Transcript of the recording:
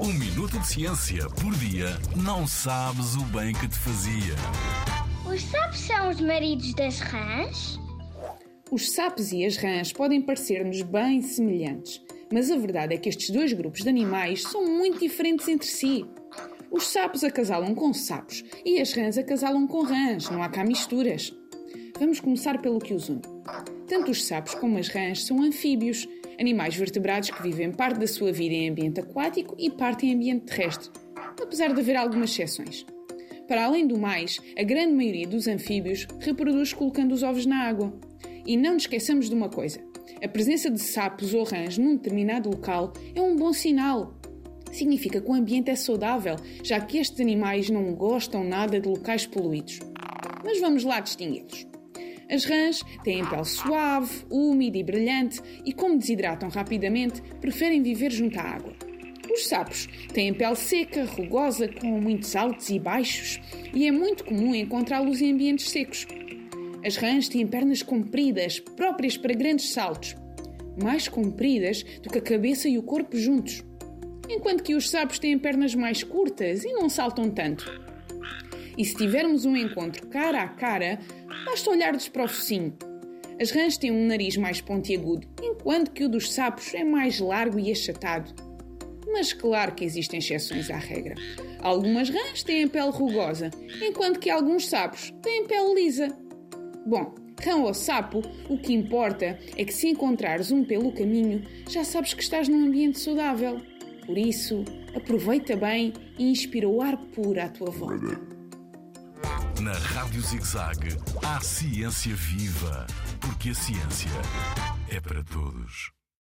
Um minuto de ciência por dia não sabes o bem que te fazia. Os sapos são os maridos das rãs? Os sapos e as rãs podem parecer-nos bem semelhantes, mas a verdade é que estes dois grupos de animais são muito diferentes entre si. Os sapos acasalam com sapos e as rãs acasalam com rãs, não há cá misturas. Vamos começar pelo que os une. Tanto os sapos como as rãs são anfíbios, animais vertebrados que vivem parte da sua vida em ambiente aquático e parte em ambiente terrestre, apesar de haver algumas exceções. Para além do mais, a grande maioria dos anfíbios reproduz colocando os ovos na água. E não nos esqueçamos de uma coisa: a presença de sapos ou rãs num determinado local é um bom sinal. Significa que o ambiente é saudável, já que estes animais não gostam nada de locais poluídos. Mas vamos lá distingui-los. As rãs têm pele suave, úmida e brilhante e, como desidratam rapidamente, preferem viver junto à água. Os sapos têm pele seca, rugosa, com muitos altos e baixos e é muito comum encontrá-los em ambientes secos. As rãs têm pernas compridas, próprias para grandes saltos, mais compridas do que a cabeça e o corpo juntos, enquanto que os sapos têm pernas mais curtas e não saltam tanto. E se tivermos um encontro cara a cara, basta olhar-lhes para o focinho. As rãs têm um nariz mais pontiagudo, enquanto que o dos sapos é mais largo e achatado. Mas claro que existem exceções à regra. Algumas rãs têm a pele rugosa, enquanto que alguns sapos têm pele lisa. Bom, rã ou sapo, o que importa é que se encontrares um pelo caminho, já sabes que estás num ambiente saudável. Por isso, aproveita bem e inspira o ar puro à tua volta. Na Rádio Zig-Zag há ciência viva, porque a ciência é para todos.